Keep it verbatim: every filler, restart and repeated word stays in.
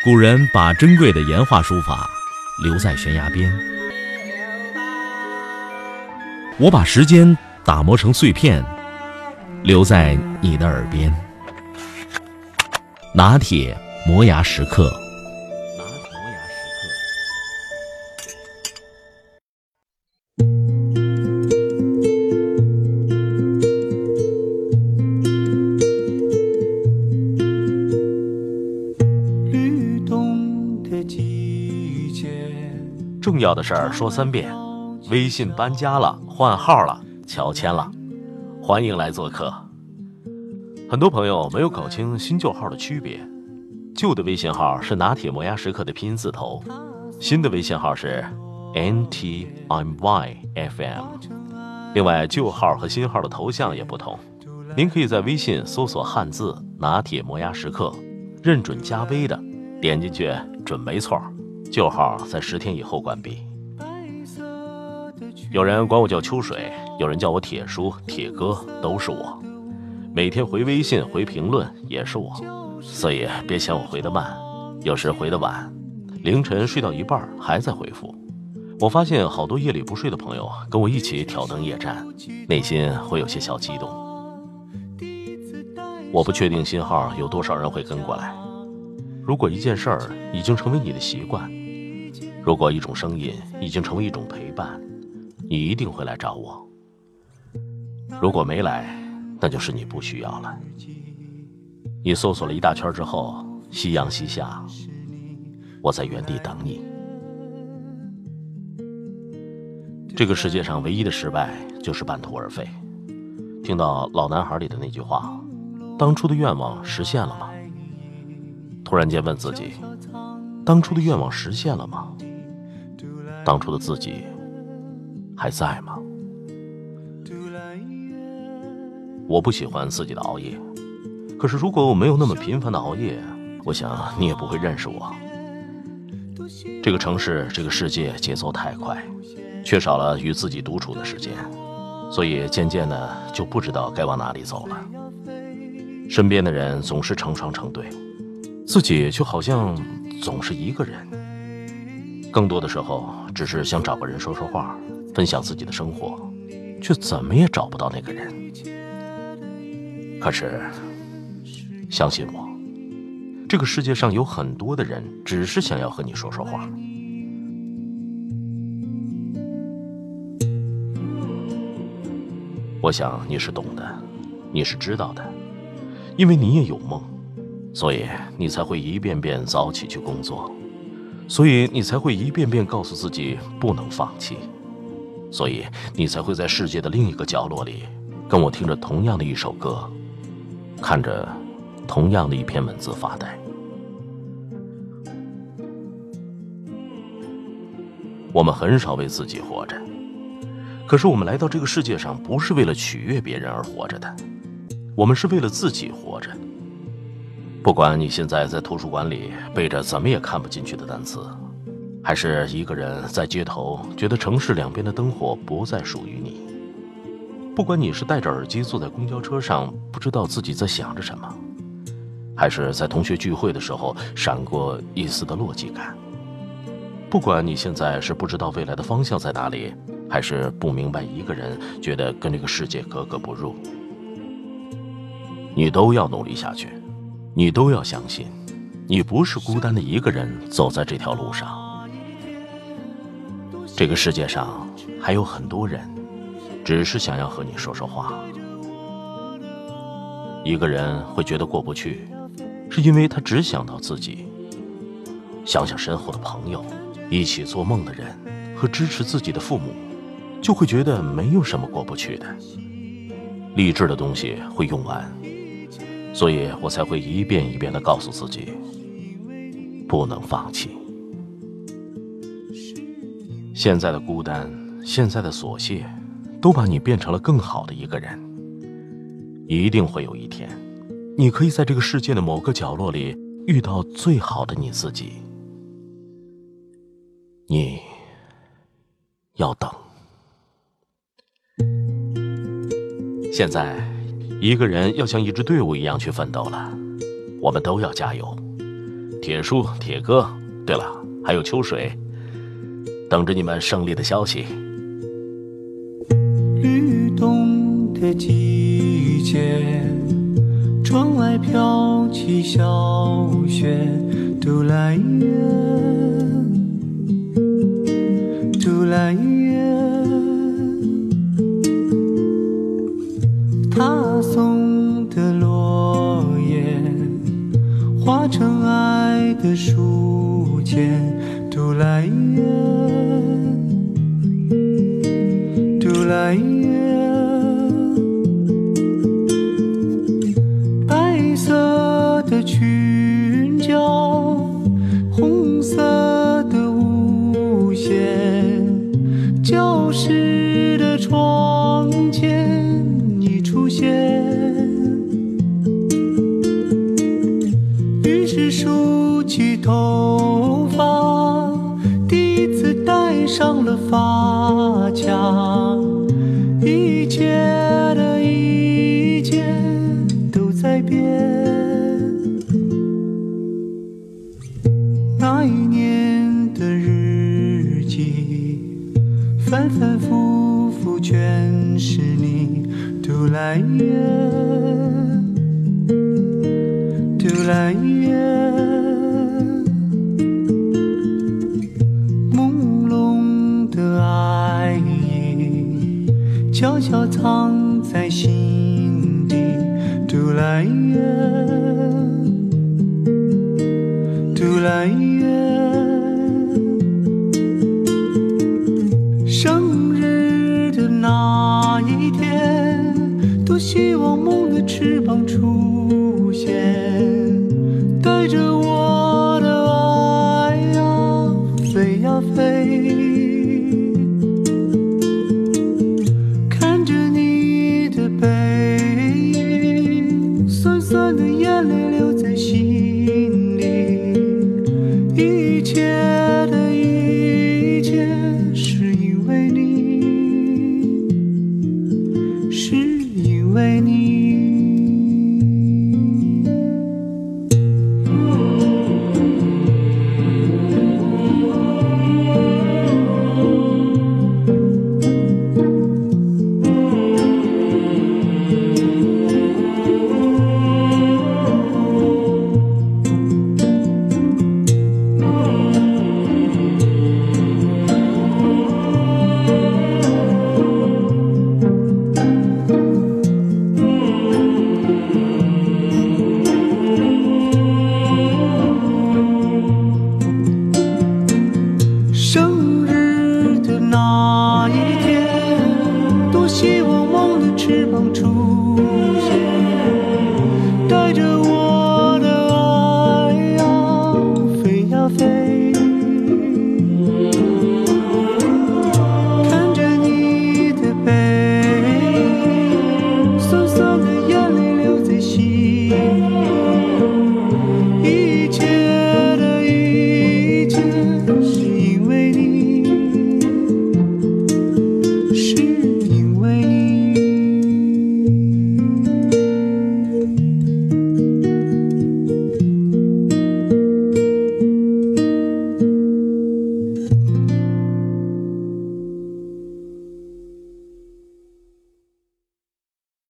古人把珍贵的岩画书法留在悬崖边，我把时间打磨成碎片，留在你的耳边。拿铁磨牙时刻。重要的事儿说三遍，微信搬家了，换号了，乔迁了，欢迎来做客。很多朋友没有搞清新旧号的区别，旧的微信号是拿铁磨牙时刻的拼音字头，新的微信号是 N T M Y F M。 另外旧号和新号的头像也不同，您可以在微信搜索汉字拿铁磨牙时刻，认准加微的，点进去准没错，旧号在十天以后关闭。有人管我叫秋水，有人叫我铁叔、铁哥，都是我。每天回微信回评论也是我，所以别嫌我回得慢，有时回得晚，凌晨睡到一半还在回复。我发现好多夜里不睡的朋友跟我一起挑灯夜战，内心会有些小激动。我不确定新号有多少人会跟过来，如果一件事儿已经成为你的习惯，如果一种声音已经成为一种陪伴，你一定会来找我。如果没来，那就是你不需要了。你搜索了一大圈之后，夕阳西下，我在原地等你。这个世界上唯一的失败就是半途而废。听到老男孩里的那句话，当初的愿望实现了吗？突然间问自己，当初的愿望实现了吗？当初的自己还在吗？我不喜欢自己的熬夜，可是如果我没有那么频繁的熬夜，我想你也不会认识我。这个城市，这个世界节奏太快，缺少了与自己独处的时间，所以渐渐的就不知道该往哪里走了。身边的人总是成双成对，自己就好像总是一个人，更多的时候只是想找个人说说话，分享自己的生活，却怎么也找不到那个人。可是相信我，这个世界上有很多的人只是想要和你说说话。我想你是懂的，你是知道的，因为你也有梦，所以你才会一遍遍早起去工作，所以你才会一遍遍告诉自己不能放弃，所以你才会在世界的另一个角落里跟我听着同样的一首歌，看着同样的一篇文字发呆。我们很少为自己活着，可是我们来到这个世界上不是为了取悦别人而活着的，我们是为了自己活着。不管你现在在图书馆里背着怎么也看不进去的单词，还是一个人在街头觉得城市两边的灯火不再属于你，不管你是戴着耳机坐在公交车上不知道自己在想着什么，还是在同学聚会的时候闪过一丝的落寂感，不管你现在是不知道未来的方向在哪里，还是不明白一个人觉得跟这个世界格格不入，你都要努力下去，你都要相信，你不是孤单的一个人走在这条路上。这个世界上还有很多人只是想要和你说说话。一个人会觉得过不去，是因为他只想到自己。想想身后的朋友，一起做梦的人和支持自己的父母，就会觉得没有什么过不去的。励志的东西会用完，所以我才会一遍一遍地告诉自己，不能放弃。现在的孤单，现在的琐屑，都把你变成了更好的一个人。一定会有一天，你可以在这个世界的某个角落里遇到最好的你自己。你要等。现在一个人要像一支队伍一样去奋斗了，我们都要加油， 铁叔、铁哥，对了，还有秋水，等着你们胜利的消息。 律动的季节，窗外飘起小雪，都来也，都来也。他送的落叶，化成爱的书签，都来也，都来也。白色的裙角，红色的舞鞋，教室的窗前你出现，于是梳起头发，第一次戴上了发卡，一切的一切都在变。那一年的日记，反反复复全是你，都来也，都来也。朦胧的爱意，悄悄藏在心底，都来也，都来也。生日的那一天，多希望梦的翅膀出现，带着我的爱呀飞呀飞，看着你的背影，酸酸的眼泪流在心里。一